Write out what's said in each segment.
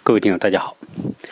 各位听友大家好，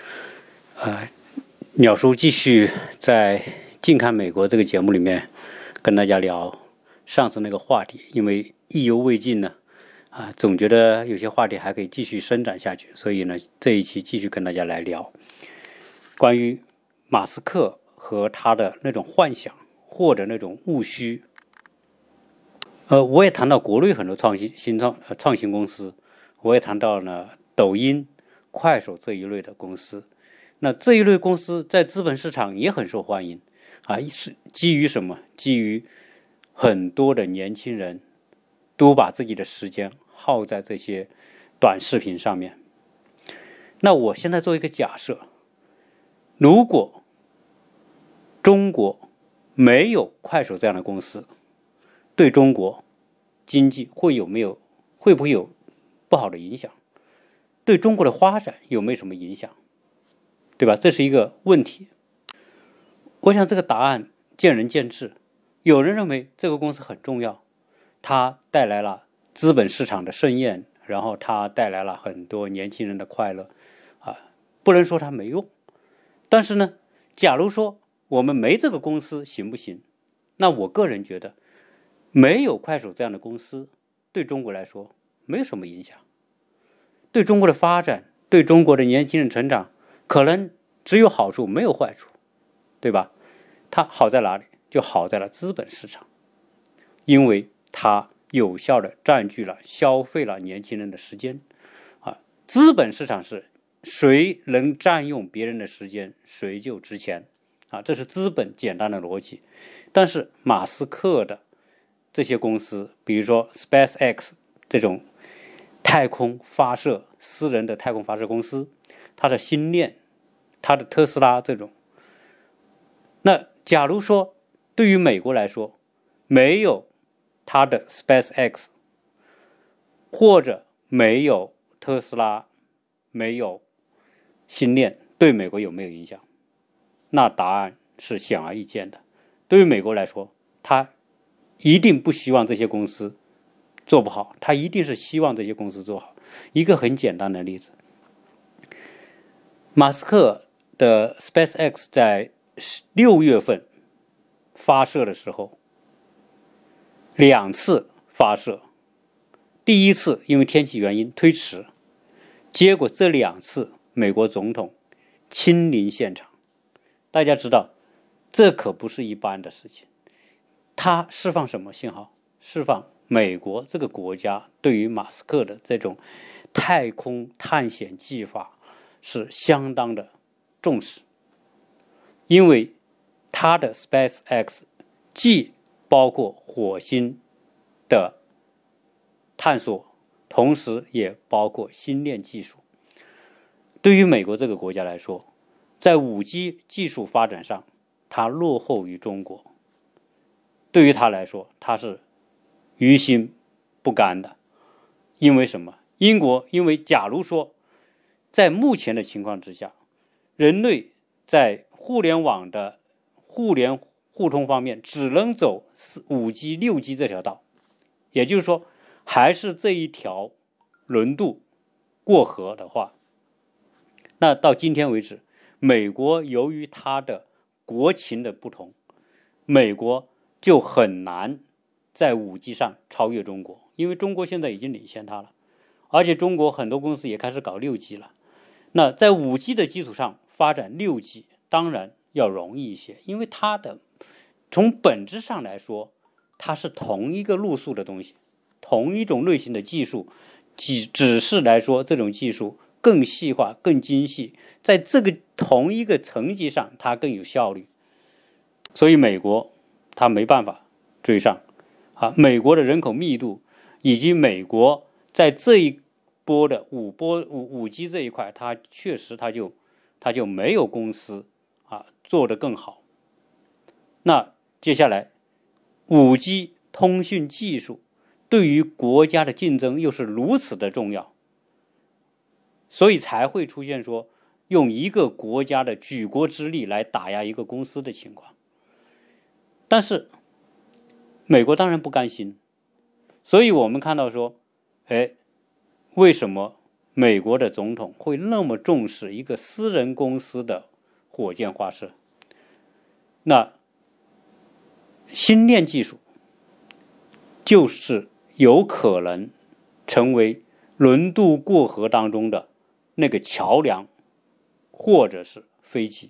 鸟叔继续在近看美国这个节目里面跟大家聊上次那个话题，因为意犹未尽呢，总觉得有些话题还可以继续伸展下去，所以呢这一期继续跟大家来聊关于马斯克和他的那种幻想或者那种务虚。我也谈到国内很多创新公司，我也谈到了抖音、快手这一类的公司。那这一类公司在资本市场也很受欢迎是基于什么？基于很多的年轻人都把自己的时间耗在这些短视频上面。那我现在做一个假设，如果中国没有快手这样的公司，对中国经济会不会有不好的影响？对中国的发展有没有什么影响？对吧？这是一个问题。我想这个答案见仁见智。有人认为这个公司很重要，它带来了资本市场的盛宴，然后它带来了很多年轻人的快乐不能说它没用。但是呢，假如说我们没这个公司行不行？那我个人觉得没有快手这样的公司对中国来说没有什么影响，对中国的发展，对中国的年轻人成长可能只有好处没有坏处，对吧？它好在哪里？就好在了资本市场，因为它有效的占据了消费了年轻人的时间资本市场是谁能占用别人的时间谁就值钱这是资本简单的逻辑。但是马斯克的这些公司，比如说 SpaceX 这种太空发射私人的太空发射公司，它的星链，它的特斯拉这种，那假如说对于美国来说没有它的 SpaceX 或者没有特斯拉，没有星链，对美国有没有影响？那答案是显而易见的。对于美国来说，他一定不希望这些公司做不好，他一定是希望这些公司做好。一个很简单的例子，马斯克的 SpaceX 在6月份发射的时候，2次发射，第一次因为天气原因推迟，结果这2次美国总统亲临现场。大家知道这可不是一般的事情，他释放什么信号？释放美国这个国家对于马斯克的这种太空探险计划是相当的重视，因为他的 SpaceX 既包括火星的探索，同时也包括星链技术。对于美国这个国家来说，在 5G 技术发展上它落后于中国，对于他来说他是于心不甘的。因为什么？因为假如说在目前的情况之下，人类在互联网的互联互通方面只能走 5G 6G 这条道，也就是说还是这一条轮渡过河的话，那到今天为止，美国由于它的国情的不同，美国就很难在 5G 上超越中国，因为中国现在已经领先它了，而且中国很多公司也开始搞 6G 了。那在 5G 的基础上发展 6G 当然要容易一些，因为它的从本质上来说它是同一个路数的东西，同一种类型的技术，只是来说这种技术更细化更精细，在这个同一个层级上它更有效率，所以美国它没办法追上美国的人口密度以及美国在这一波的5G 这一块，它确实它就没有公司做得更好。那接下来 5G 通讯技术对于国家的竞争又是如此的重要，所以才会出现说用一个国家的举国之力来打压一个公司的情况。但是美国当然不甘心，所以我们看到说为什么美国的总统会那么重视一个私人公司的火箭发射。那星链技术就是有可能成为轮渡过河当中的那个桥梁，或者是飞机。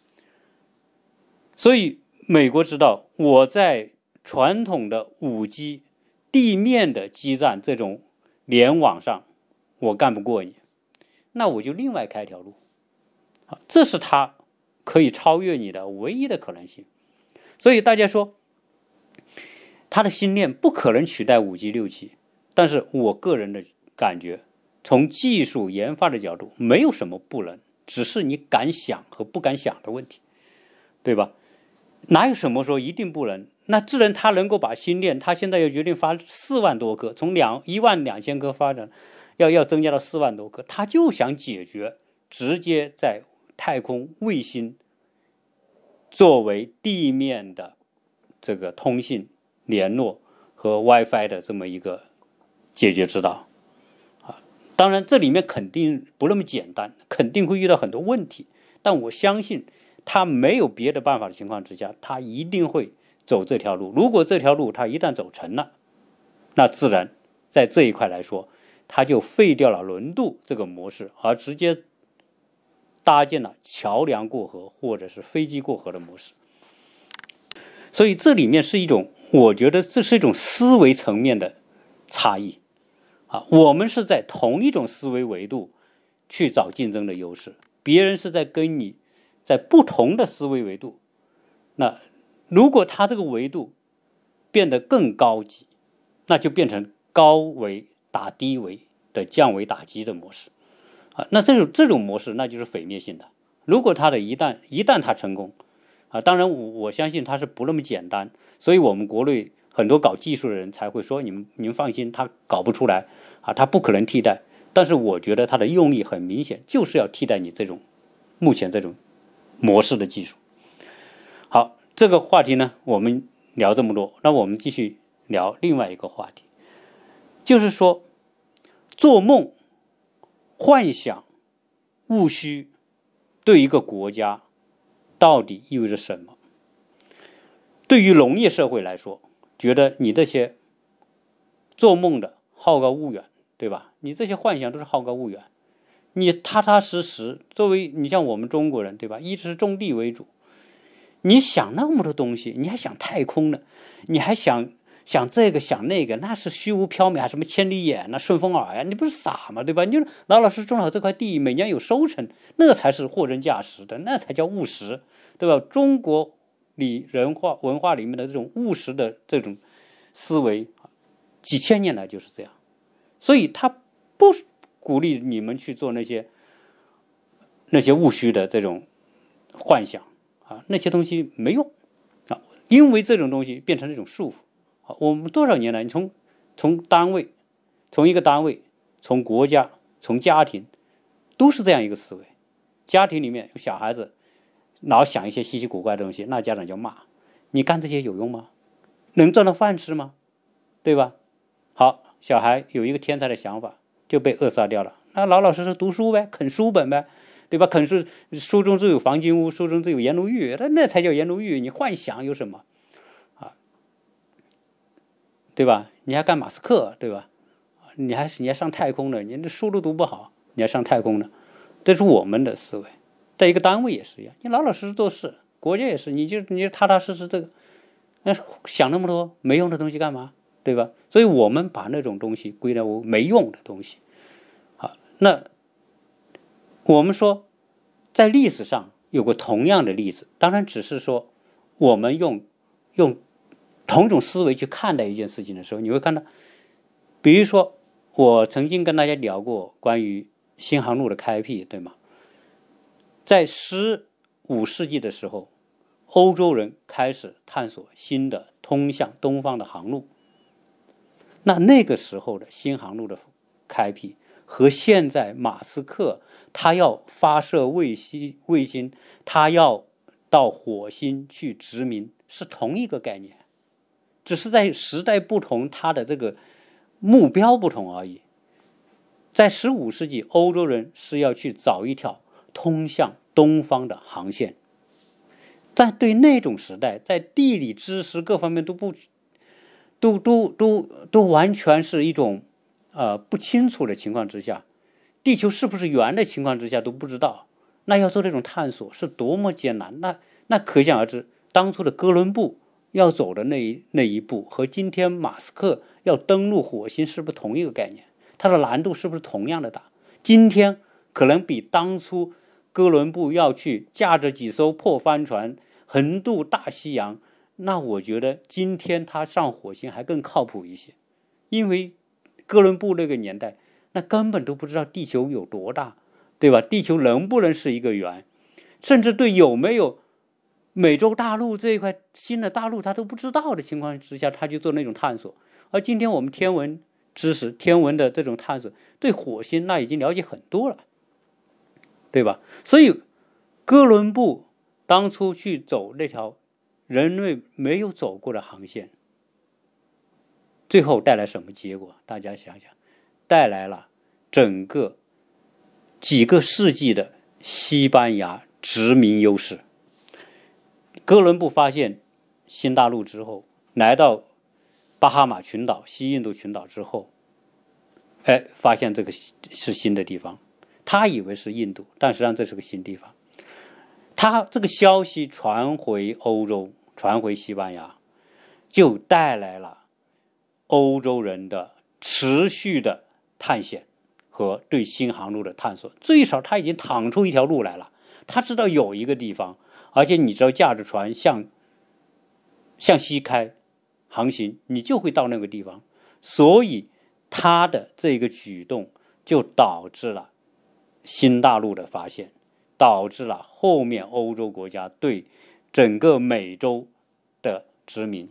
所以美国知道，我在传统的5G 地面的基站这种联网上我干不过你，那我就另外开一条路，这是它可以超越你的唯一的可能性。所以大家说它的星链不可能取代5G 6G， 但是我个人的感觉，从技术研发的角度没有什么不能，只是你敢想和不敢想的问题，对吧？哪有什么说一定不能？那智能它能够把星链，它现在要决定发4万多颗，从12000颗发展要增加到4万多颗，它就想解决直接在太空卫星作为地面的这个通信联络和 WiFi 的这么一个解决之道。当然这里面肯定不那么简单，肯定会遇到很多问题，但我相信他没有别的办法的情况之下，他一定会走这条路。如果这条路他一旦走成了，那自然在这一块来说，他就废掉了轮渡这个模式，而直接搭建了桥梁过河或者是飞机过河的模式。所以这里面是一种，我觉得这是一种思维层面的差异我们是在同一种思维维度去找竞争的优势，别人是在跟你在不同的思维维度。那如果他这个维度变得更高级，那就变成高维打低维的降维打击的模式那这种模式那就是毁灭性的。如果他的一旦他成功当然我相信他是不那么简单，所以我们国内很多搞技术的人才会说你们放心，他搞不出来他不可能替代。但是我觉得他的用意很明显，就是要替代你这种目前这种模式的技术。好，这个话题呢我们聊这么多，那我们继续聊另外一个话题，就是说做梦、幻想、务虚对一个国家到底意味着什么？对于农业社会来说，觉得你这些做梦的好高骛远，对吧？你这些幻想都是好高骛远。你踏踏实实，作为你像我们中国人，对吧？一直是种地为主，你想那么多东西，你还想太空呢，你还想这个想那个，那是虚无缥缈，什么千里眼啊、顺风耳你不是傻吗？对吧？你就老老实实种好这块地，每年有收成，那才是货真价实的，那才叫务实，对吧？中国里文化里面的这种务实的这种思维，几千年来就是这样，所以他不鼓励你们去做那些务虚的这种幻想那些东西没用因为这种东西变成了一种束缚我们多少年来，你从单位，从一个单位，从国家，从家庭，都是这样一个思维。家庭里面有小孩子老想一些稀奇古怪的东西，那家长就骂你干这些有用吗？能赚到饭吃吗？对吧？好，小孩有一个天才的想法，就被扼杀掉了。那老老实实读书呗，啃书本呗，对吧？啃书中自有黄金屋，书中自有颜如玉，那才叫颜如玉。你幻想有什么对吧？你还干马斯克，对吧？你还上太空呢？你这书都读不好，你还上太空呢？这是我们的思维。在一个单位也是一样，你老老实实做事，国家也是，你就踏踏实实这个，想那么多没用的东西干嘛？对吧？所以我们把那种东西归类为没用的东西。那我们说，在历史上有个同样的例子，当然只是说我们用同一种思维去看待一件事情的时候，你会看到，比如说我曾经跟大家聊过关于新航路的开辟，对吗？在15世纪的时候，欧洲人开始探索新的通向东方的航路。那个时候的新航路的开辟和现在马斯克他要发射卫星，他要到火星去殖民是同一个概念，只是在时代不同，他的这个目标不同而已。 在15世纪，欧洲人是要去找一条通向东方的航线。在对那种时代，在地理知识各方面都完全是一种不清楚的情况之下，地球是不是圆的情况之下都不知道，那要做这种探索是多么艰难。那可想而知，当初的哥伦布要走的那一步，和今天马斯克要登陆火星是不是同一个概念？它的难度是不是同样的大？今天可能比当初哥伦布要去驾着几艘破帆船横渡大西洋，那我觉得今天他上火星还更靠谱一些。因为哥伦布那个年代，那根本都不知道地球有多大，对吧？地球能不能是一个圆，甚至对有没有美洲大陆这一块新的大陆他都不知道的情况之下，他就做那种探索。而今天我们天文知识、天文的这种探索，对火星那已经了解很多了，对吧？所以哥伦布当初去走那条人类没有走过的航线，最后带来什么结果？大家想想，带来了整个几个世纪的西班牙殖民优势。哥伦布发现新大陆之后，来到巴哈马群岛、西印度群岛之后，发现这个是新的地方，他以为是印度，但实际上这是个新地方。他这个消息传回欧洲，传回西班牙，就带来了欧洲人的持续的探险和对新航路的探索。最少他已经淌出一条路来了，他知道有一个地方，而且你只要驾着船向西开航行，你就会到那个地方。所以他的这个举动就导致了新大陆的发现，导致了后面欧洲国家对整个美洲的殖民。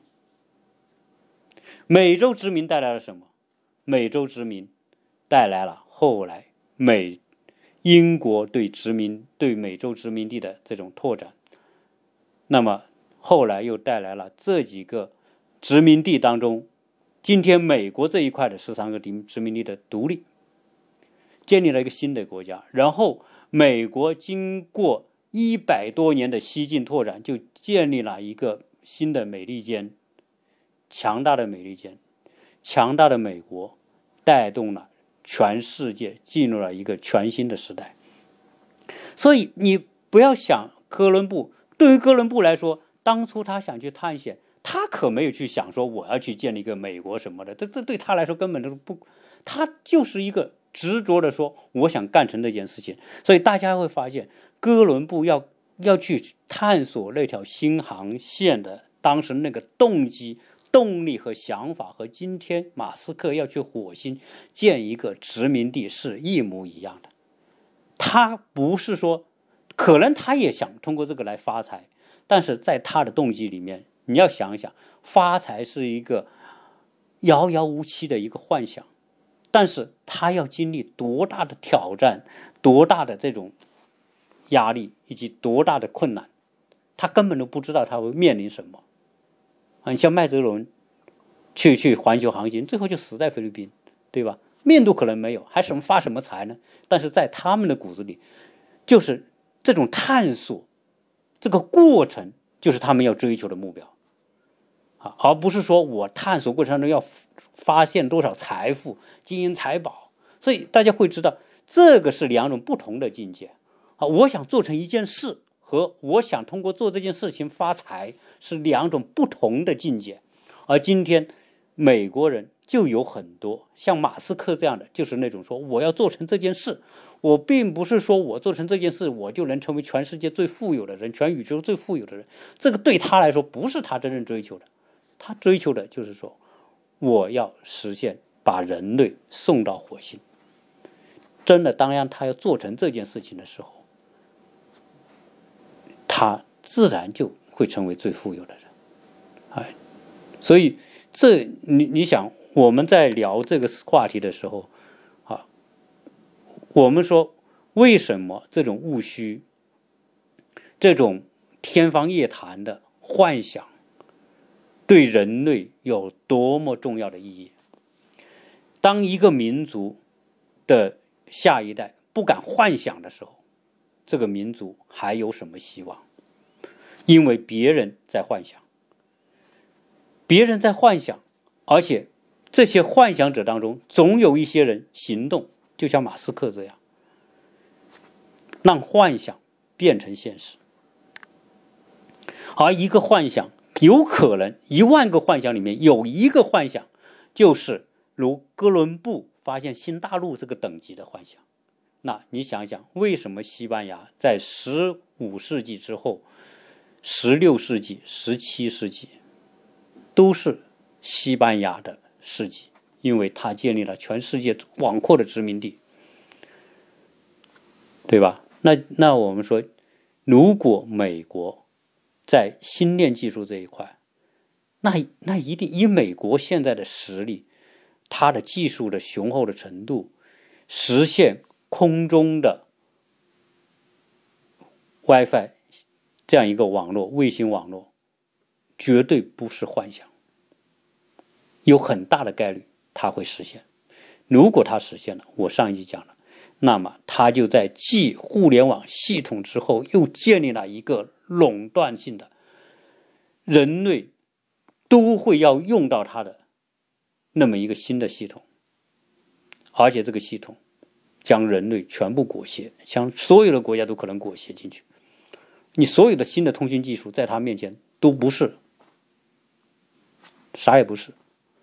美洲殖民带来了什么？美洲殖民带来了后来英国对美洲殖民地的这种拓展。那么后来又带来了这几个殖民地当中，今天美国这一块的13个殖民地的独立，建立了一个新的国家。然后美国经过100多年的西进拓展，就建立了一个新的美利坚，强大的美利坚，强大的美国带动了全世界进入了一个全新的时代。所以你不要想哥伦布，对于哥伦布来说，当初他想去探险，他可没有去想说我要去建立一个美国什么的，这对他来说根本都不，他就是一个执着的说我想干成这件事情。所以大家会发现，哥伦布要去探索那条新航线的当时那个动机、动力和想法，和今天马斯克要去火星建一个殖民地是一模一样的。他不是说，可能他也想通过这个来发财，但是在他的动机里面，你要想一想，发财是一个遥遥无期的一个幻想，但是他要经历多大的挑战，多大的这种压力，以及多大的困难，他根本都不知道他会面临什么。你像麦哲伦去环球航行，最后就死在菲律宾，对吧？命都可能没有，还发什么财呢？但是在他们的骨子里，就是这种探索，这个过程就是他们要追求的目标，而不是说我探索过程中要发现多少财富、金银财宝。所以大家会知道，这个是两种不同的境界。我想做成一件事和我想通过做这件事情发财是两种不同的境界。而今天美国人就有很多像马斯克这样的，就是那种说我要做成这件事，我并不是说我做成这件事我就能成为全世界最富有的人，全宇宙最富有的人。这个对他来说不是他真正追求的，他追求的就是说我要实现把人类送到火星。真的，当然他要做成这件事情的时候，他自然就会成为最富有的人。所以你想，我们在聊这个话题的时候，我们说为什么这种务虚、这种天方夜谭的幻想对人类有多么重要的意义？当一个民族的下一代不敢幻想的时候，这个民族还有什么希望？因为别人在幻想，而且这些幻想者当中总有一些人行动，就像马斯克这样，让幻想变成现实。而一个幻想有可能10000个幻想里面有一个幻想就是如哥伦布发现新大陆这个等级的幻想。那你想想，为什么西班牙在15世纪之后16世纪17世纪都是西班牙的世纪？因为它建立了全世界广阔的殖民地，对吧？那我们说，如果美国在星链技术这一块，那一定以美国现在的实力，它的技术的雄厚的程度，实现空中的 WiFi 这样一个网络，卫星网络，绝对不是幻想，有很大的概率它会实现。如果它实现了，我上一集讲了，那么它就在继互联网系统之后，又建立了一个垄断性的，人类都会要用到它的那么一个新的系统，而且这个系统将人类全部裹挟，将所有的国家都可能裹挟进去。你所有的新的通讯技术在它面前都不是，啥也不是。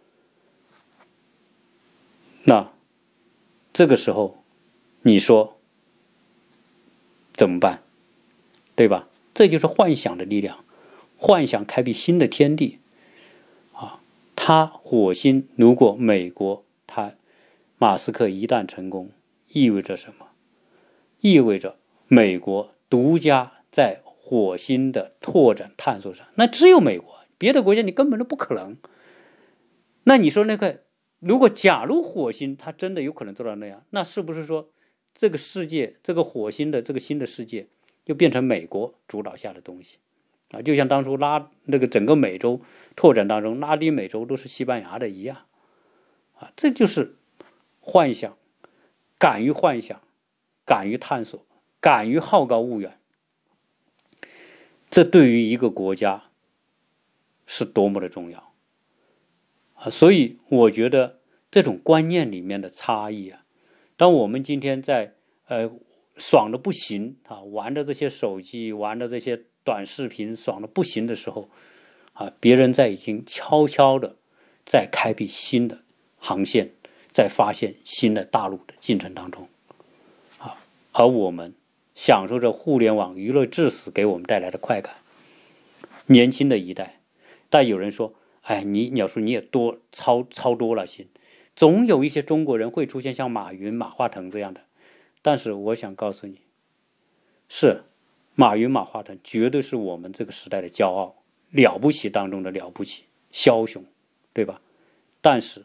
那这个时候你说怎么办？对吧？这就是幻想的力量，幻想开辟新的天地啊！火星如果美国马斯克一旦成功，意味着什么？意味着美国独家在火星的拓展探索上，那只有美国，别的国家你根本都不可能。那你说如果假如火星它真的有可能做到那样，那是不是说这个世界，这个火星的这个新的世界就变成美国主导下的东西啊？就像当初整个美洲拓展当中，拉丁美洲都是西班牙的一样啊！这就是幻想，敢于幻想，敢于探索，敢于好高骛远，这对于一个国家是多么的重要啊！所以我觉得这种观念里面的差异啊，当我们今天在爽的不行啊，玩的这些手机，玩的这些短视频爽的不行的时候啊，别人已经悄悄的在开辟新的航线，在发现新的大陆的进程当中啊，而我们享受着互联网娱乐至死给我们带来的快感。年轻的一代，但有人说，哎，你要说你也超多了行，总有一些中国人会出现像马云、马化腾这样的。但是我想告诉你，是马云、马化腾绝对是我们这个时代的骄傲，了不起当中的了不起，枭雄，对吧？但是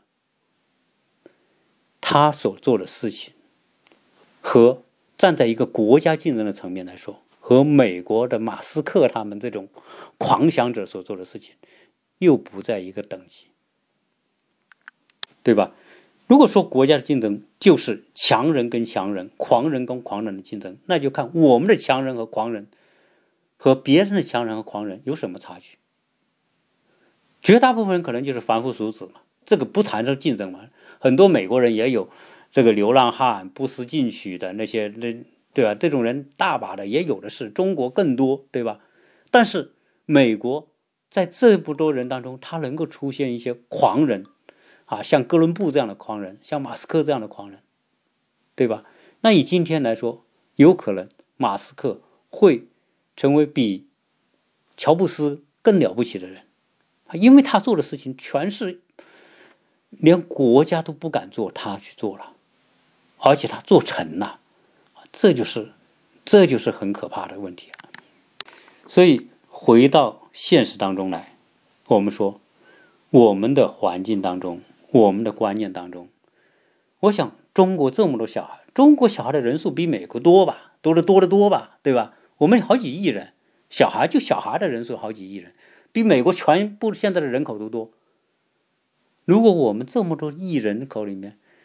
他所做的事情和站在一个国家竞争的层面来说，和美国的马斯克他们这种狂想者所做的事情又不在一个等级，对吧？如果说国家的竞争就是强人跟强人，狂人跟狂人的竞争，那就看我们的强人和狂人和别人的强人和狂人有什么差距。绝大部分人可能就是凡夫俗子嘛，这个不谈这竞争嘛。很多美国人也有这个流浪汉、不思进取的那些，对吧？这种人大把的，也有的是，中国更多，对吧？但是美国在这么多人当中，他能够出现一些狂人啊，像哥伦布这样的狂人，像马斯克这样的狂人，对吧？那以今天来说，有可能马斯克会成为比乔布斯更了不起的人，因为他做的事情全是连国家都不敢做，他去做了，而且他做成了，这就是很可怕的问题。所以回到现实当中来，我们说我们的环境当中，我们的观念当中，我想中国这么多小孩，中国小孩的人数比美国多吧，多得多吧，对吧？我们好几亿人，小孩的人数好几亿人，比美国全部现在的人口都多。如果我们这么多亿人口里面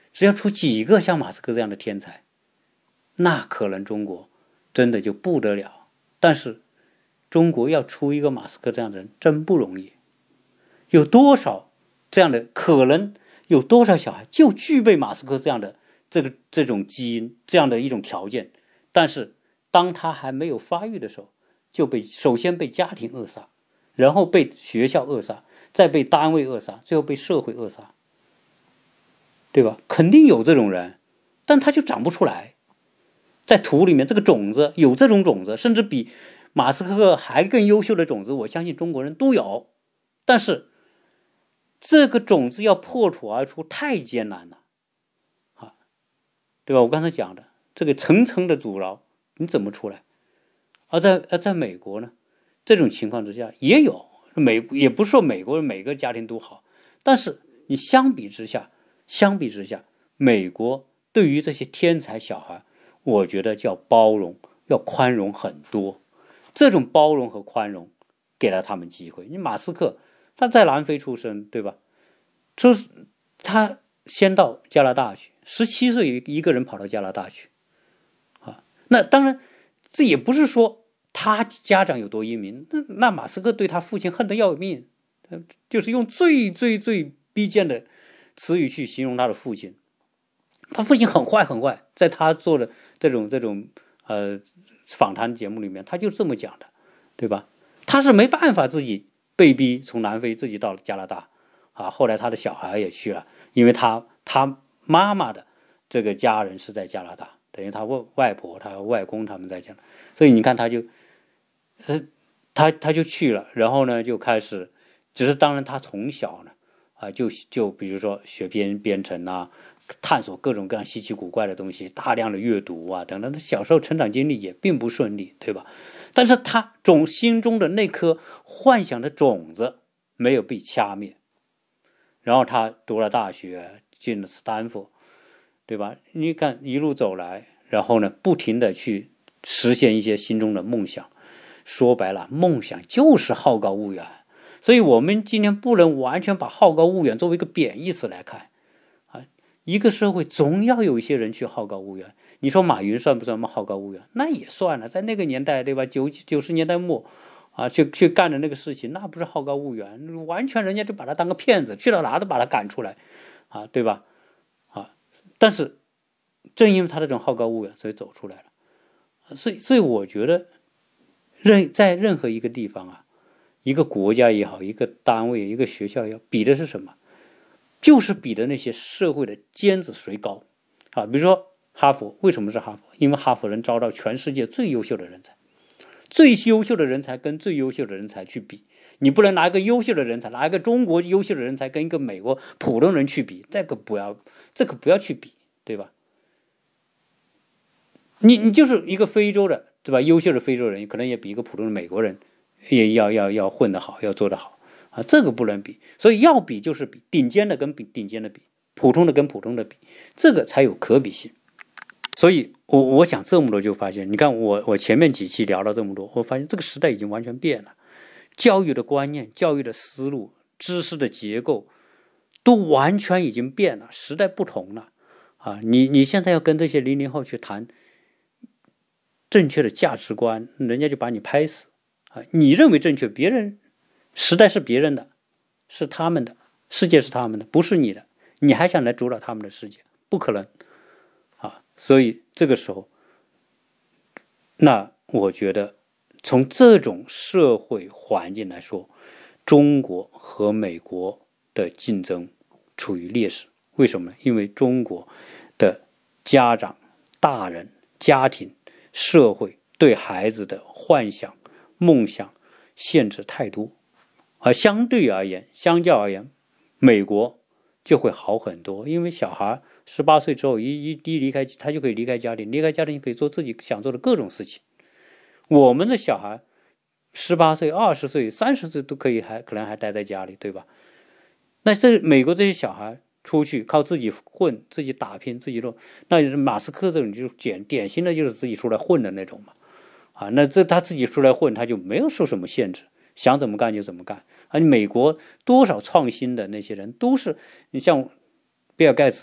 只要出几个像马斯克这样的天才，那可能中国真的就不得了。但是中国要出一个马斯克这样的人真不容易，有多少这样的可能，有多少小孩就具备马斯克这样的这种基因，这样的一种条件，但是当他还没有发育的时候，就首先被家庭扼杀，然后被学校扼杀，再被单位扼杀，最后被社会扼杀，对吧？肯定有这种人，但他就长不出来。在土里面这个种子，有这种种子，甚至比马斯克还更优秀的种子，我相信中国人都有。但是这个种子要破土而出太艰难了啊，对吧？我刚才讲的这个层层的阻挠，你怎么出来？而在美国呢，这种情况之下也有，也不是说美国人每个家庭都好，但是你相比之下，美国对于这些天才小孩，我觉得叫包容，要宽容很多。这种包容和宽容给了他们机会。你马斯克他在南非出生，对吧？就是他先到加拿大去，17岁一个人跑到加拿大去啊。那当然，这也不是说他家长有多英明，那马斯克对他父亲恨得要命，就是用最逼贱的词语去形容他的父亲。他父亲很坏很坏，在他做的这种访谈节目里面，他就这么讲的，对吧？他是没办法自己被逼从南非自己到了加拿大啊。后来他的小孩也去了，因为他妈妈的这个家人是在加拿大，等于他外婆、他外公他们在加拿大，所以你看他就去了，然后呢就开始，只是当然他从小呢就比如说学编程啊。探索各种各样稀奇古怪的东西，大量的阅读啊等等，他小时候成长经历也并不顺利，对吧？但是他心中的那颗幻想的种子没有被掐灭，然后他读了大学，进了斯坦福，对吧？你看一路走来，然后呢，不停的去实现一些心中的梦想。说白了，梦想就是好高骛远，所以我们今天不能完全把好高骛远作为一个贬义词来看。一个社会总要有一些人去好高骛远。你说马云算不算好高骛远？那也算了，在那个年代，对吧？90年代末啊，去干的那个事情，那不是好高骛远，完全人家就把他当个骗子，去到哪都把他赶出来啊，对吧？啊，但是正因为他这种好高骛远，所以走出来了。所以我觉得在任何一个地方啊，一个国家也好，一个单位、一个学校也好，比的是什么？就是比的那些社会的尖子谁高啊。比如说哈佛，为什么是哈佛？因为哈佛能招到全世界最优秀的人才，最优秀的人才跟最优秀的人才去比，你不能拿一个优秀的人才，拿一个中国优秀的人才跟一个美国普通人去比，这个不要去比，对吧？你就是一个非洲的，对吧？优秀的非洲人可能也比一个普通的美国人也要混得好，要做得好啊，这个不能比。所以要比就是比顶尖的跟顶尖的比，普通的跟普通的比，这个才有可比性。所以我想这么多就发现，你看我前面几期聊了这么多，我发现这个时代已经完全变了，教育的观念、教育的思路、知识的结构都完全已经变了，时代不同了啊！你现在要跟这些00后去谈正确的价值观，人家就把你拍死啊！你认为正确，时代是别人的，是他们的，世界是他们的，不是你的，你还想来主导他们的世界，不可能啊！所以这个时候，那我觉得从这种社会环境来说，中国和美国的竞争处于劣势。为什么呢？因为中国的家长、大人、家庭、社会对孩子的幻想、梦想限制太多，而相较而言，美国就会好很多。因为小孩18岁之后一离开，他就可以离开家庭，离开家庭就可以做自己想做的各种事情。我们的小孩18岁、20岁、30岁都可能还待在家里，对吧？那美国这些小孩出去靠自己混、自己打拼、自己弄，那马斯克这种就是典型的就是自己出来混的那种嘛。啊，那他自己出来混，他就没有受什么限制，想怎么干就怎么干。美国多少创新的那些人都是，你像比尔盖茨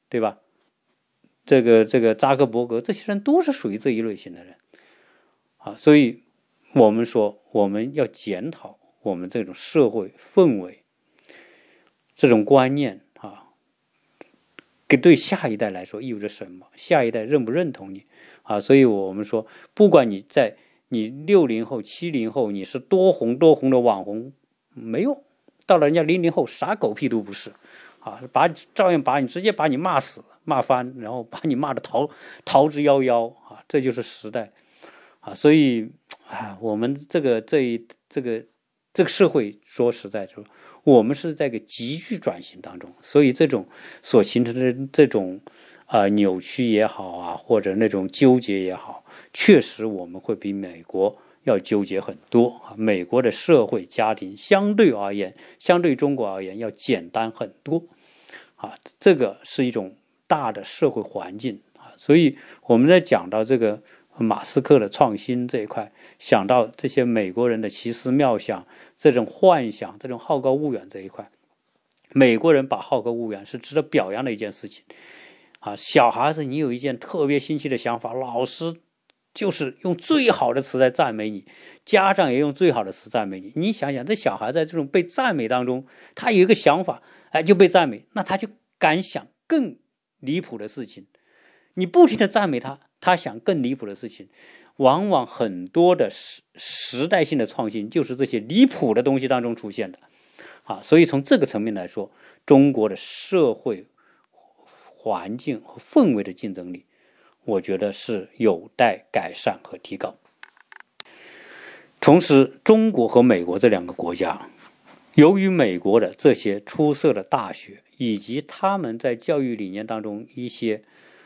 对吧？这个扎克伯格，这些人都是属于这一类型的人啊。所以我们说，我们要检讨我们这种社会氛围，这种观念啊，对下一代来说意味着什么？下一代认不认同你啊？所以我们说，不管你60后、70后，你是多红的网红，没用。到了人家00后，啥狗屁都不是啊，照样直接把你骂死、骂翻，然后把你骂的逃之夭夭啊，这就是时代啊。所以我们这个社会，说实在说，我们是在个急剧转型当中，所以这种所形成的这种扭曲也好啊，或者那种纠结也好，确实我们会比美国要纠结很多啊。美国的社会家庭相对中国而言要简单很多啊，这个是一种大的社会环境啊。所以我们在讲到这个马斯克的创新这一块，想到这些美国人的奇思妙想，这种幻想，这种好高骛远这一块，美国人把好高骛远是值得表扬的一件事情啊。小孩子，你有一件特别新奇的想法，老师就是用最好的词来赞美你，家长也用最好的词赞美你。你想想，这小孩在这种被赞美当中，他有一个想法，就被赞美，那他就敢想更离谱的事情。你不停的赞美他，他想更离谱的事情。往往很多的时代性的创新就是这些离谱的东西当中出现的啊。所以从这个层面来说，中国的社会环境和氛围的竞争力，我觉得是有待改善和提高。同时，中国和美国这两个国家，由于美国的这些出色的大学，以及他们在教育理念当中一些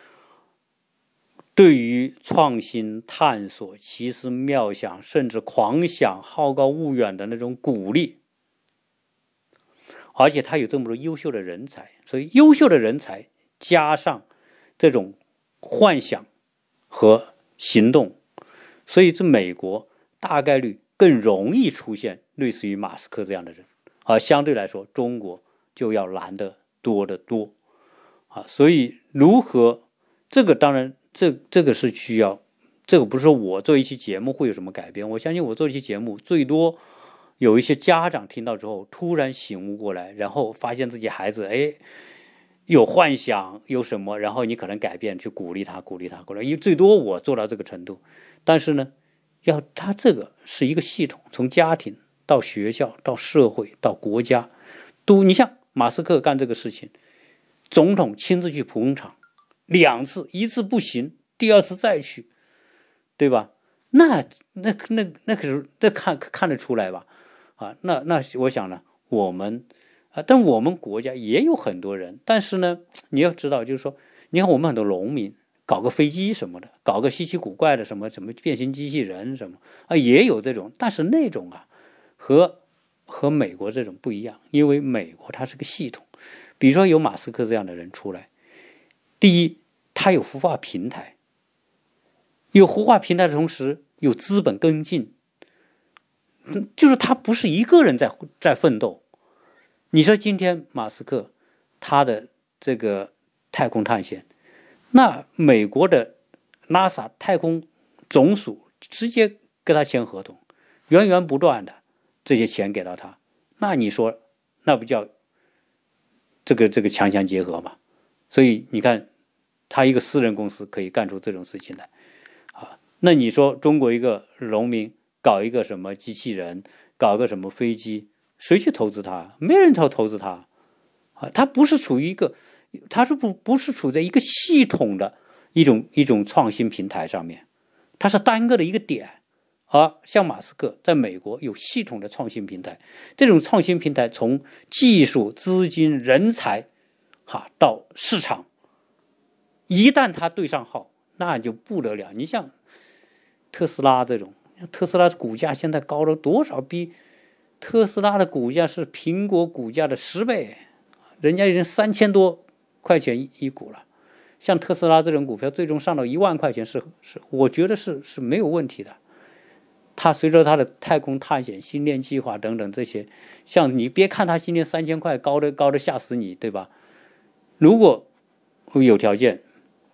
对于创新、探索、奇思妙想，甚至狂想、好高骛远的那种鼓励，而且他有这么多优秀的人才，所以优秀的人才加上这种幻想和行动，所以这美国大概率更容易出现类似于马斯克这样的人，而相对来说，中国就要难得多得多啊。所以如何这个当然这个是需要，这个不是说我做一期节目会有什么改变，我相信我做一期节目最多有一些家长听到之后突然醒悟过来，然后发现自己孩子有幻想有什么，然后你可能改变去鼓励他，因为最多我做到这个程度。但是呢，他这个是一个系统，从家庭到学校到社会到国家你像马斯克干这个事情，总统亲自去捧场2次，一次不行，第2次再去，对吧？那可是看得出来吧？啊，那我想呢，但我们国家也有很多人，但是呢，你要知道，就是说，你看我们很多农民搞个飞机什么的，搞个稀奇古怪的什么变形机器人什么也有这种，但是那种和美国这种不一样，因为美国它是个系统，比如说有马斯克这样的人出来，第一，他有孵化平台，有孵化平台的同时有资本跟进，就是他不是一个人在奋斗。你说今天马斯克他的这个太空探险，那美国的 NASA 太空总署直接跟他签合同，源源不断的这些钱给到他，那你说那不叫这个强强结合吗？所以你看他一个私人公司可以干出这种事情来啊。那你说中国一个农民搞一个什么机器人，搞个什么飞机，谁去投资他？没人投资他啊。他不是处于一个，他是不是处在一个系统的一种创新平台上面，他是单个的一个点。而像马斯克在美国有系统的创新平台，这种创新平台从技术、资金、人才到市场，一旦他对上号，那就不得了。你像特斯拉这种，特斯拉的股价现在高了多少？比特斯拉的股价是苹果股价的10倍，人家已经3000多块钱一股了。像特斯拉这种股票最终上到1万块钱我觉得是没有问题的。它随着它的太空探险、星链计划等等这些，像你别看它今天3000块高的吓死你，对吧？如果有条件，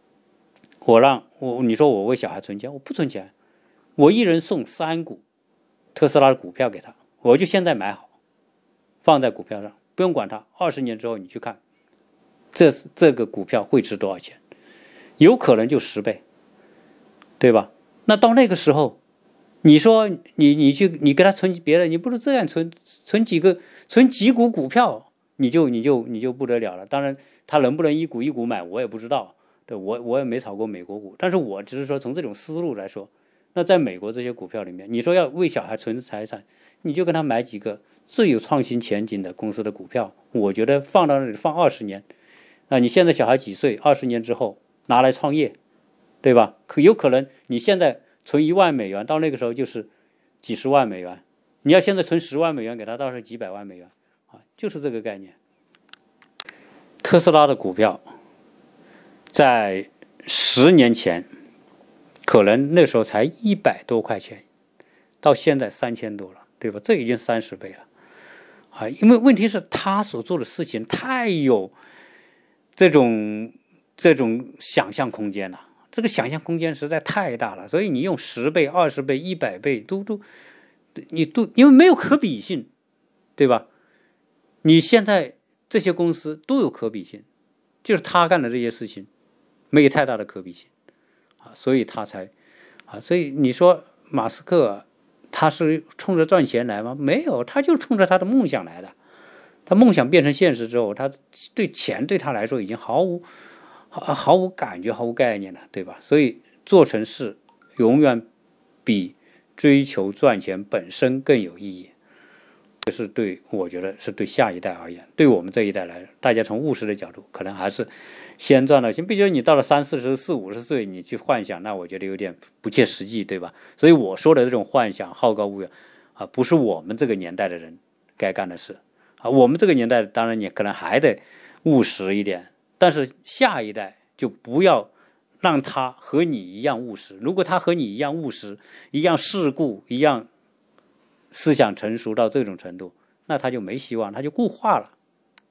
你说我为小孩存钱，我不存钱，我一人送3股特斯拉的股票给他，我就现在买好，放在股票上，不用管它，20年之后你去看，这个股票会值多少钱，有可能就10倍，对吧？那到那个时候，你说你给他存别的，你不如这样存几股股票，你就不得了了。当然，他能不能一股一股买，我也不知道。对，我也没炒过美国股，但是我只是说从这种思路来说，那在美国这些股票里面，你说要为小孩存财产，你就跟他买几个最有创新前景的公司的股票，我觉得放到那里放20年，那你现在小孩几岁，20年之后拿来创业，对吧？有可能你现在存1万美元，到那个时候就是几十万美元。你要现在存10万美元给他，到时候几百万美元啊，就是这个概念。特斯拉的股票在10年前，可能那时候才100多块钱，到现在3000多了，对吧？这已经30倍了啊！因为问题是他所做的事情太有这种想象空间了。这个想象空间实在太大了，所以你用10倍、20倍、100倍因为没有可比性，对吧？你现在这些公司都有可比性，就是他干的这些事情没有太大的可比性啊，所以他才所以你说马斯克他是冲着赚钱来吗？没有，他就冲着他的梦想来的。他梦想变成现实之后，他对钱对他来说已经毫无感觉、毫无概念了，对吧？所以做成事永远比追求赚钱本身更有意义。这是我觉得是对下一代而言，对我们这一代来，大家从务实的角度，可能还是先赚到钱。毕竟你到了30、40、50岁，你去幻想，那我觉得有点不切实际，对吧？所以我说的这种幻想、好高骛远不是我们这个年代的人该干的事我们这个年代当然你可能还得务实一点，但是下一代就不要让他和你一样务实。如果他和你一样务实、一样世故、一样思想成熟到这种程度，那他就没希望，他就固化了。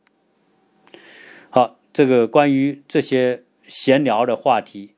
好，这个关于这些闲聊的话题，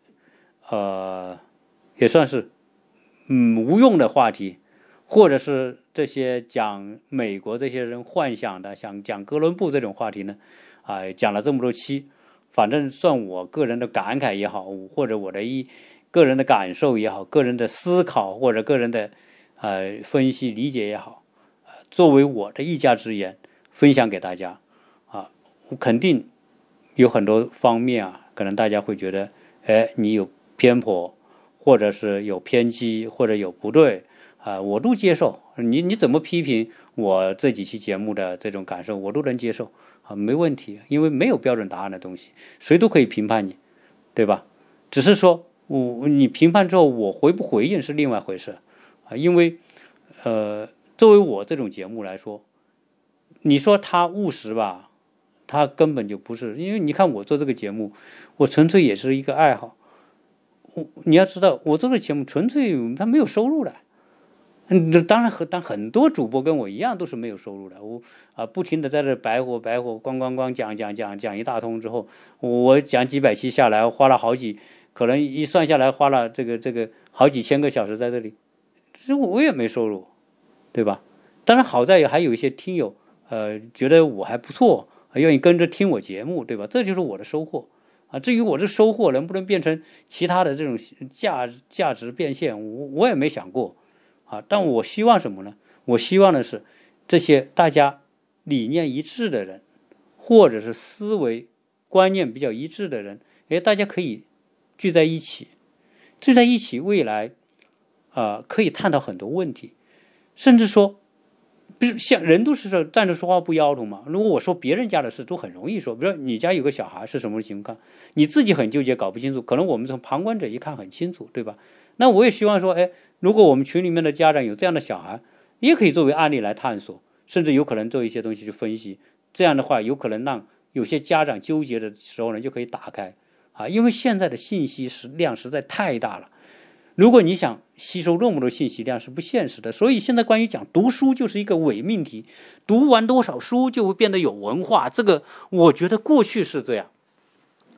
也算是无用的话题，或者是这些讲美国这些人幻想的，想讲哥伦布这种话题呢，讲了这么多期，反正算我个人的感慨也好，或者我的个人的感受也好，个人的思考或者个人的分析理解也好，作为我的一家之言分享给大家肯定有很多方面可能大家会觉得你有偏颇，或者是有偏激，或者有不对我都接受。你怎么批评我这几期节目的这种感受，我都能接受没问题，因为没有标准答案的东西，谁都可以评判你，对吧？只是说你评判之后我回不回应是另外回事因为作为我这种节目来说，你说他务实吧，他根本就不是。因为你看我做这个节目，我纯粹也是一个爱好。你要知道，我做这个节目纯粹他没有收入的。当然很多主播跟我一样都是没有收入的。我不停的在这白活，咣讲一大通之后，我讲几百期下来，花了可能一算下来花了这个好几千个小时在这里，这我也没收入，对吧？当然好在还有一些听友觉得我还不错，愿意跟着听我节目，对吧？这就是我的收获至于我这收获能不能变成其他的这种价值变现，我也没想过但我希望什么呢？我希望的是这些大家理念一致的人，或者是思维观念比较一致的人，大家可以聚在一起，未来可以探讨很多问题，甚至说不是像人都是站着说话不腰疼嘛。如果我说别人家的事都很容易说，比如说你家有个小孩是什么情况，你自己很纠结搞不清楚，可能我们从旁观者一看很清楚，对吧？那我也希望说如果我们群里面的家长有这样的小孩，也可以作为案例来探索，甚至有可能做一些东西去分析，这样的话有可能让有些家长纠结的时候呢就可以打开因为现在的信息量实在太大了，如果你想吸收那么多信息量是不现实的。所以现在关于讲读书就是一个伪命题，读完多少书就会变得有文化，这个我觉得过去是这样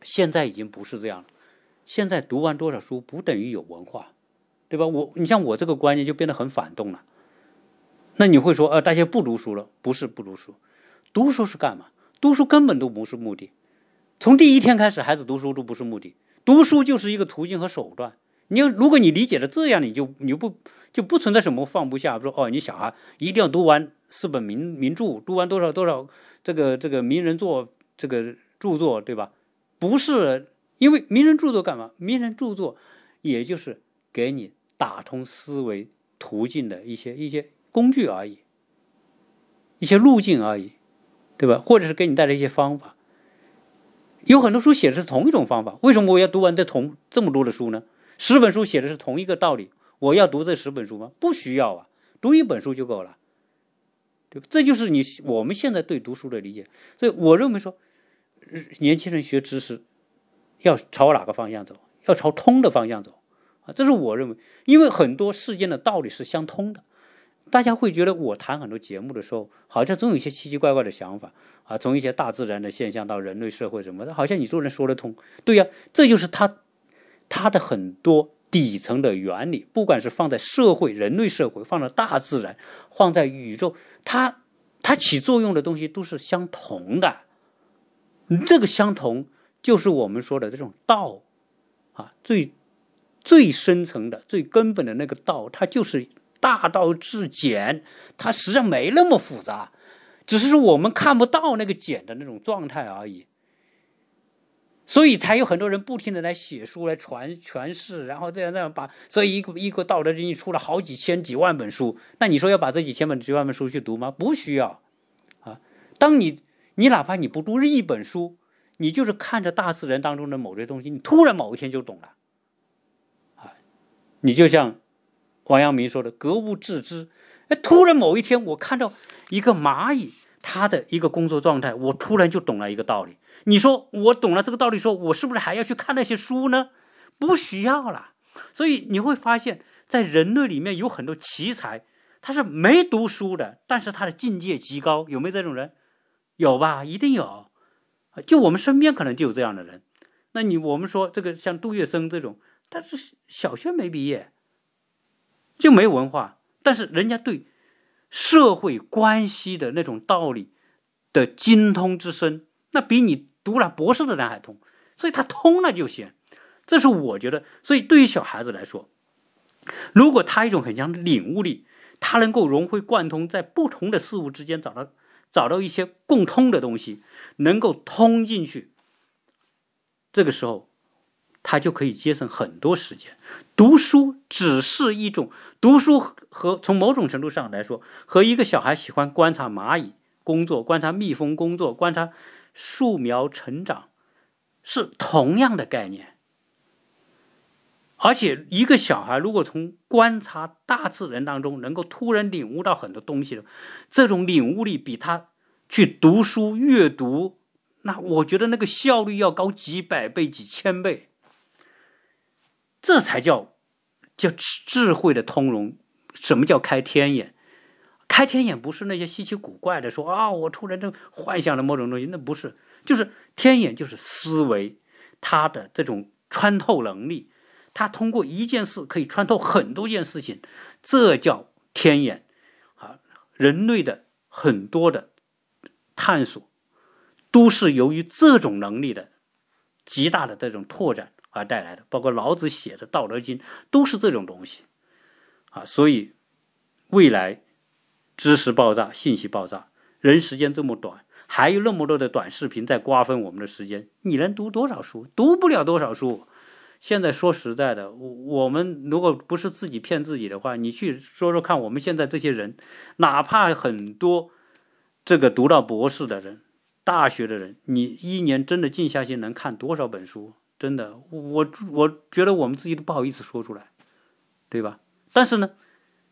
现在已经不是这样了。现在读完多少书不等于有文化，对吧？你像我这个观念就变得很反动了。那你会说，大家不读书了？不是不读书，读书是干嘛？读书根本都不是目的。从第一天开始，孩子读书都不是目的，读书就是一个途径和手段。如果你理解了这样，你就不存在什么放不下，说你小孩一定要读完4本名著，读完多少这个名人这个著作，对吧？不是，因为名人著作干嘛？名人著作也就是给你打通思维途径的一些工具而已，一些路径而已，对吧？或者是给你带来一些方法。有很多书写的是同一种方法，为什么我要读完这么多的书呢？10本书写的是同一个道理，我要读这10本书吗？不需要啊，读1本书就够了，对吧？这就是我们现在对读书的理解。所以我认为说，年轻人学知识要朝哪个方向走？要朝通的方向走啊，这是我认为，因为很多世间的道理是相通的。大家会觉得我谈很多节目的时候，好像总有一些奇奇怪怪的想法啊，从一些大自然的现象到人类社会什么的，好像你都能说得通。对呀，这就是它的很多底层的原理，不管是放在社会、人类社会，放在大自然，放在宇宙，它起作用的东西都是相同的。这个相同就是我们说的这种道啊，最深层的、最根本的那个道，它就是大道至简，它实际上没那么复杂，只是我们看不到那个简的那种状态而已。所以才有很多人不停的来写书来诠释，然后这样把，所以一个道德经济出了好几千几万本书。那你说要把这几万本书去读吗？不需要啊。当你哪怕你不读1本书，你就是看着大自然当中的某些东西，你突然某一天就懂了啊。你就像王阳明说的格物致知，突然某一天我看到一个蚂蚁它的一个工作状态，我突然就懂了一个道理。你说我懂了这个道理，说我是不是还要去看那些书呢？不需要了。所以你会发现在人类里面有很多奇才，他是没读书的，但是他的境界极高。有没有这种人？有吧，一定有。就我们身边可能就有这样的人。那我们说这个像杜月笙这种，他是小学没毕业，就没文化，但是人家对社会关系的那种道理的精通之深，那比你读了博士的人还通，所以他通了就行。这是我觉得，所以对于小孩子来说，如果他一种很强的领悟力，他能够融会贯通，在不同的事物之间找到一些共通的东西，能够通进去，这个时候他就可以节省很多时间。读书只是一种，读书和从某种程度上来说，和一个小孩喜欢观察蚂蚁工作、观察蜜蜂工作、观察树苗成长是同样的概念。而且一个小孩如果从观察大自然当中能够突然领悟到很多东西的，这种领悟力比他去读书阅读，那我觉得那个效率要高几百倍几千倍。这才叫智慧的通融。什么叫开天眼？开天眼不是那些稀奇古怪的说我突然就幻想了某种东西，那不是。就是天眼就是思维，它的这种穿透能力，它通过一件事可以穿透很多件事情，这叫天眼啊。人类的很多的探索都是由于这种能力的极大的这种拓展而带来的，包括老子写的《道德经》都是这种东西啊。所以未来知识爆炸，信息爆炸，人时间这么短，还有那么多的短视频在瓜分我们的时间，你能读多少书？读不了多少书。现在说实在的，我们如果不是自己骗自己的话，你去说说看，我们现在这些人，哪怕很多这个读到博士的人，大学的人，你1年真的静下心能看多少本书？真的，我觉得我们自己都不好意思说出来，对吧？但是呢，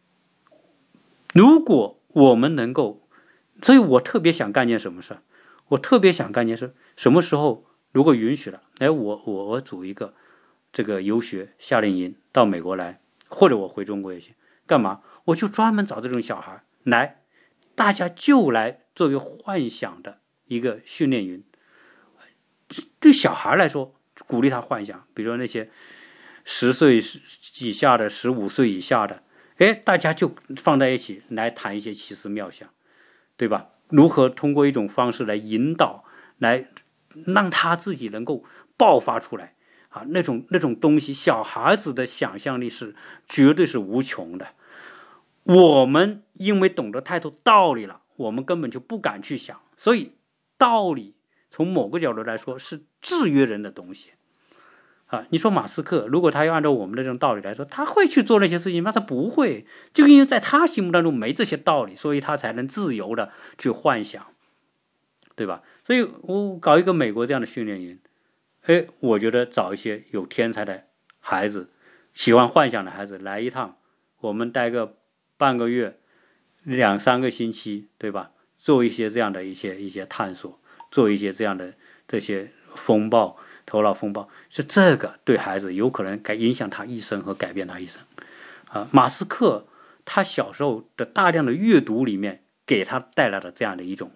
如果我们能够，所以我特别想干件什么事？我特别想干件事，什么时候如果允许了，我组一个这个游学夏令营到美国来，或者我回中国也行。干嘛？我就专门找这种小孩来，大家就来作为幻想的一个训练营。 对小孩来说，鼓励他幻想，比如说那些10岁以下的、15岁以下的，大家就放在一起来谈一些奇思妙想，对吧？如何通过一种方式来引导，来让他自己能够爆发出来啊，那种东西，小孩子的想象力是绝对是无穷的。我们因为懂得太多道理了，我们根本就不敢去想，所以道理从某个角度来说是制约人的东西啊。你说马斯克，如果他要按照我们的这种道理来说，他会去做那些事情吗？他不会，就因为在他心目当中没这些道理，所以他才能自由的去幻想，对吧？所以我搞一个美国这样的训练营，我觉得找一些有天才的孩子，喜欢幻想的孩子来一趟，我们待个半个月、2-3个星期，对吧？做一些这样的一些探索，做一些这样的这些风暴、头脑风暴，是这个对孩子有可能影响他一生和改变他一生啊。马斯克他小时候的大量的阅读里面，给他带来了这样的一种，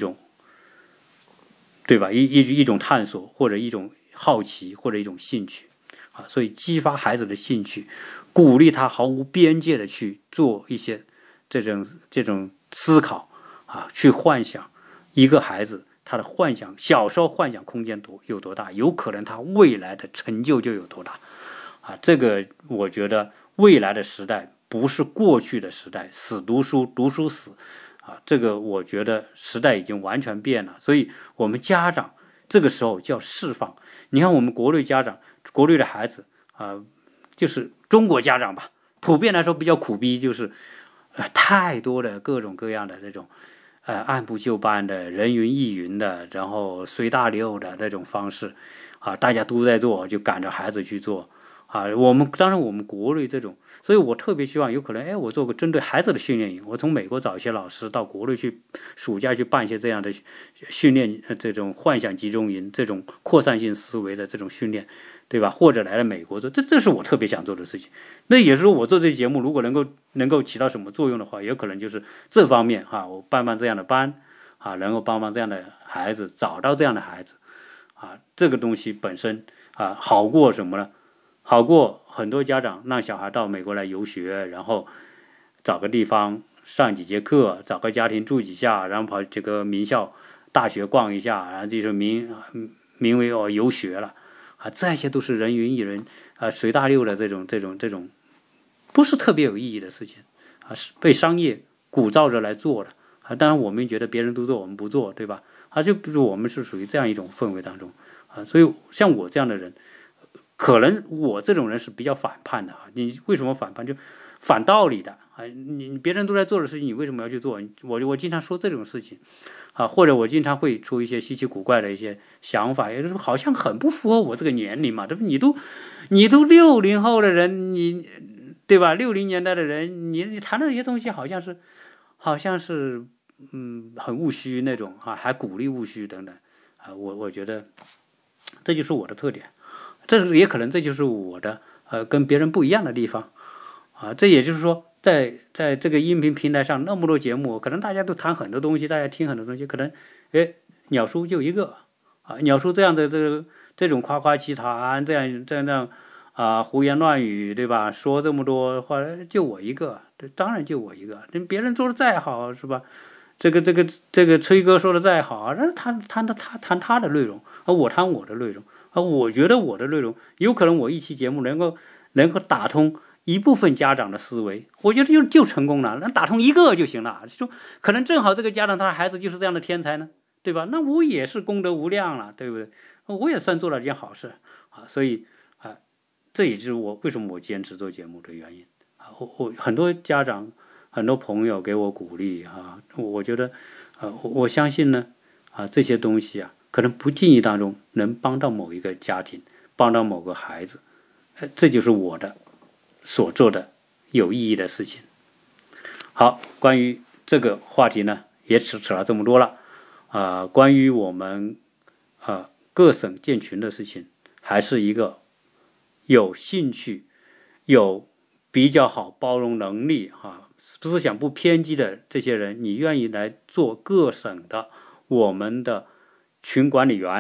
对吧？一种探索，或者一种好奇，或者一种兴趣啊。所以激发孩子的兴趣，鼓励他毫无边界的去做一些这种思考啊，去幻想。一个孩子他的幻想，小时候幻想空间有多大，有可能他未来的成就就有多大啊。这个我觉得未来的时代不是过去的时代，死读书，读书死啊。这个我觉得时代已经完全变了，所以我们家长这个时候就要释放。你看我们国内家长，国内的孩子啊，就是中国家长吧，普遍来说比较苦逼，就是太多的各种各样的这种按部就班的、人云亦云的，然后随大流的那种方式啊，大家都在做，就赶着孩子去做啊。当然我们国内这种，所以我特别希望有可能，我做个针对孩子的训练营，我从美国找一些老师到国内去，暑假去办一些这样的训练，这种幻想集中营，这种扩散性思维的这种训练，对吧？或者来了美国做，这是我特别想做的事情。那也是我做这节目，如果能够起到什么作用的话，有可能就是这方面我办这样的班啊，能够帮这样的孩子找到这样的孩子啊，这个东西本身好过什么呢？好过很多家长让小孩到美国来游学，然后找个地方上几节课，找个家庭住几下，然后跑这个名校大学逛一下，然后就是名为游学了啊，这些都是人云亦云随大流的这种不是特别有意义的事情啊，是被商业鼓噪着来做的啊。当然我们觉得别人都做，我们不做，对吧？就比如我们是属于这样一种氛围当中啊，所以像我这样的人，可能我这种人是比较反叛的啊。你为什么反叛？就反道理的啊！你别人都在做的事情，你为什么要去做？我经常说这种事情啊，或者我经常会出一些稀奇古怪的一些想法，也就是好像很不符合我这个年龄嘛，对不？你都60后的人，你对吧？60年代的人，你谈的这些东西好像是很务虚那种还鼓励务虚等等啊。我觉得这就是我的特点。也可能这就是我的跟别人不一样的地方啊。这也就是说，在这个音频平台上那么多节目，可能大家都谈很多东西，大家听很多东西，可能鸟叔就一个啊，鸟叔这样的这种夸夸其谈，这样胡言乱语，对吧？说这么多话，就我一个，对，当然就我一个。别人做的再好，是吧？这个崔哥说的再好，那他谈他的内容，我谈我的内容。我觉得我的内容有可能我一期节目能够打通一部分家长的思维，我觉得就成功了。能打通一个就行了，就可能正好这个家长他的孩子就是这样的天才呢，对吧？那我也是功德无量了，对不对？我也算做了件好事啊。所以这也就是为什么我坚持做节目的原因啊。我很多家长很多朋友给我鼓励啊，我觉得我相信呢这些东西可能不经意当中能帮到某一个家庭，帮到某个孩子，这就是我的所做的有意义的事情。好，关于这个话题呢，也扯了这么多了关于我们各省建群的事情，还是一个有兴趣、有比较好包容能力思想不偏激的这些人，你愿意来做各省的我们的群管理员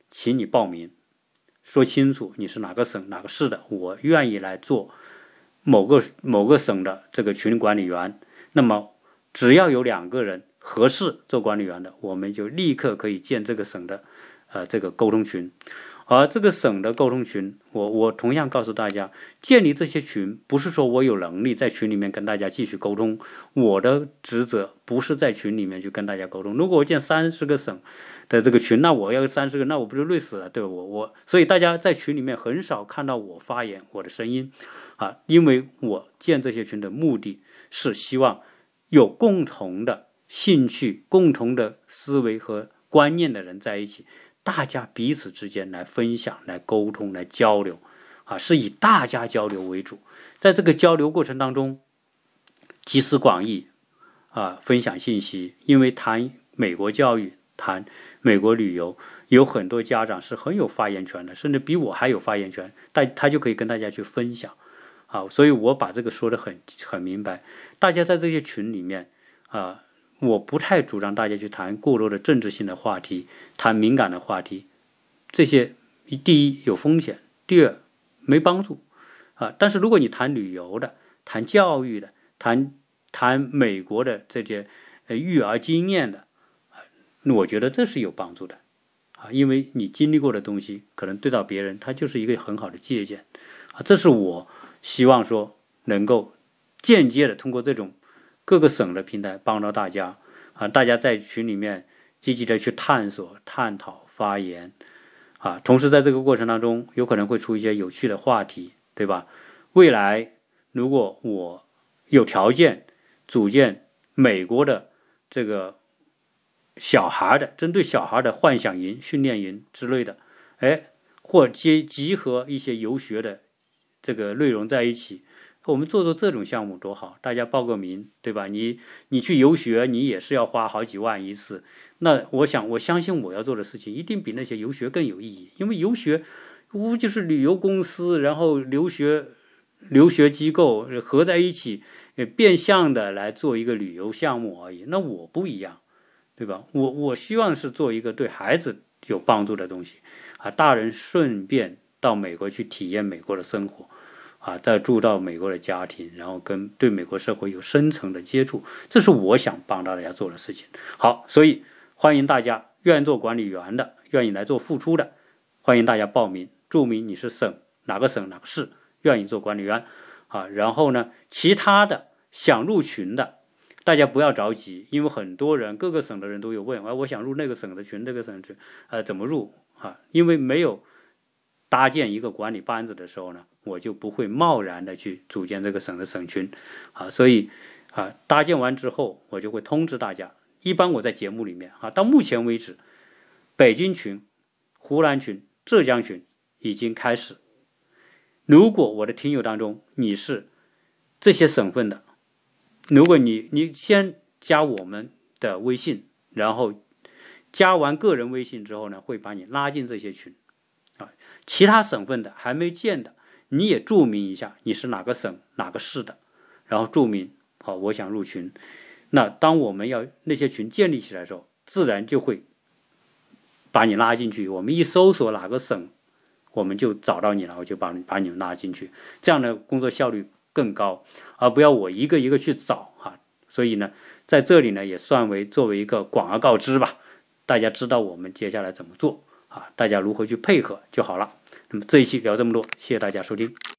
请你报名，说清楚你是哪个省哪个市的，我愿意来做某个省的这个群管理员。那么只要有2个人合适做管理员的，我们就立刻可以建这个省的这个沟通群。而这个省的沟通群，我同样告诉大家，建立这些群不是说我有能力在群里面跟大家继续沟通，我的职责不是在群里面去跟大家沟通。如果我建30个省的这个群，那我要30个，那我不就累死了，对吧？所以大家在群里面很少看到我发言，我的声音因为我建这些群的目的是希望有共同的兴趣、共同的思维和观念的人在一起，大家彼此之间来分享、来沟通、来交流是以大家交流为主。在这个交流过程当中，集思广益分享信息。因为谈美国教育、谈美国旅游，有很多家长是很有发言权的，甚至比我还有发言权，但他就可以跟大家去分享所以我把这个说得很明白。大家在这些群里面我不太主张大家去谈过多的政治性的话题，谈敏感的话题，这些第一有风险，第二没帮助但是如果你谈旅游的、谈教育的、谈美国的这些育儿经验的我觉得这是有帮助的因为你经历过的东西可能对到别人，它就是一个很好的借鉴这是我希望说能够间接的通过这种各个省的平台帮到大家大家在群里面积极的去探索、探讨、发言同时在这个过程当中有可能会出一些有趣的话题，对吧？未来如果我有条件组建美国的这个小孩的针对小孩的幻想营、训练营之类的或集合一些游学的这个内容在一起，我们做这种项目多好，大家报个名，对吧？你去游学，你也是要花好几万一次。那我相信我要做的事情一定比那些游学更有意义，因为游学无就是旅游公司，然后留学机构合在一起，变相的来做一个旅游项目而已。那我不一样，对吧？我希望是做一个对孩子有帮助的东西大人顺便到美国去体验美国的生活再住到美国的家庭，然后对美国社会有深层的接触，这是我想帮大家做的事情。好，所以欢迎大家愿意做管理员的，愿意来做付出的，欢迎大家报名，注明你是哪个省哪个市愿意做管理员然后呢，其他的想入群的，大家不要着急，因为很多人各个省的人都有问我想入那个省的群，这个省的群怎么入因为没有搭建一个管理班子的时候呢，我就不会贸然的去组建这个省的省群所以搭建完之后我就会通知大家。一般我在节目里面到目前为止，北京群、湖南群、浙江群已经开始。如果我的听友当中你是这些省份的，如果你先加我们的微信，然后加完个人微信之后呢，会把你拉进这些群其他省份的还没建的，你也注明一下你是哪个省哪个市的，然后注明我想入群。那当我们要那些群建立起来的时候，自然就会把你拉进去。我们一搜索哪个省，我们就找到你了，我就把你们拉进去，这样的工作效率更高，而不要我一个一个去找所以呢，在这里呢也作为一个广而告之吧，大家知道我们接下来怎么做大家如何去配合就好了。那么这一期聊这么多，谢谢大家收听。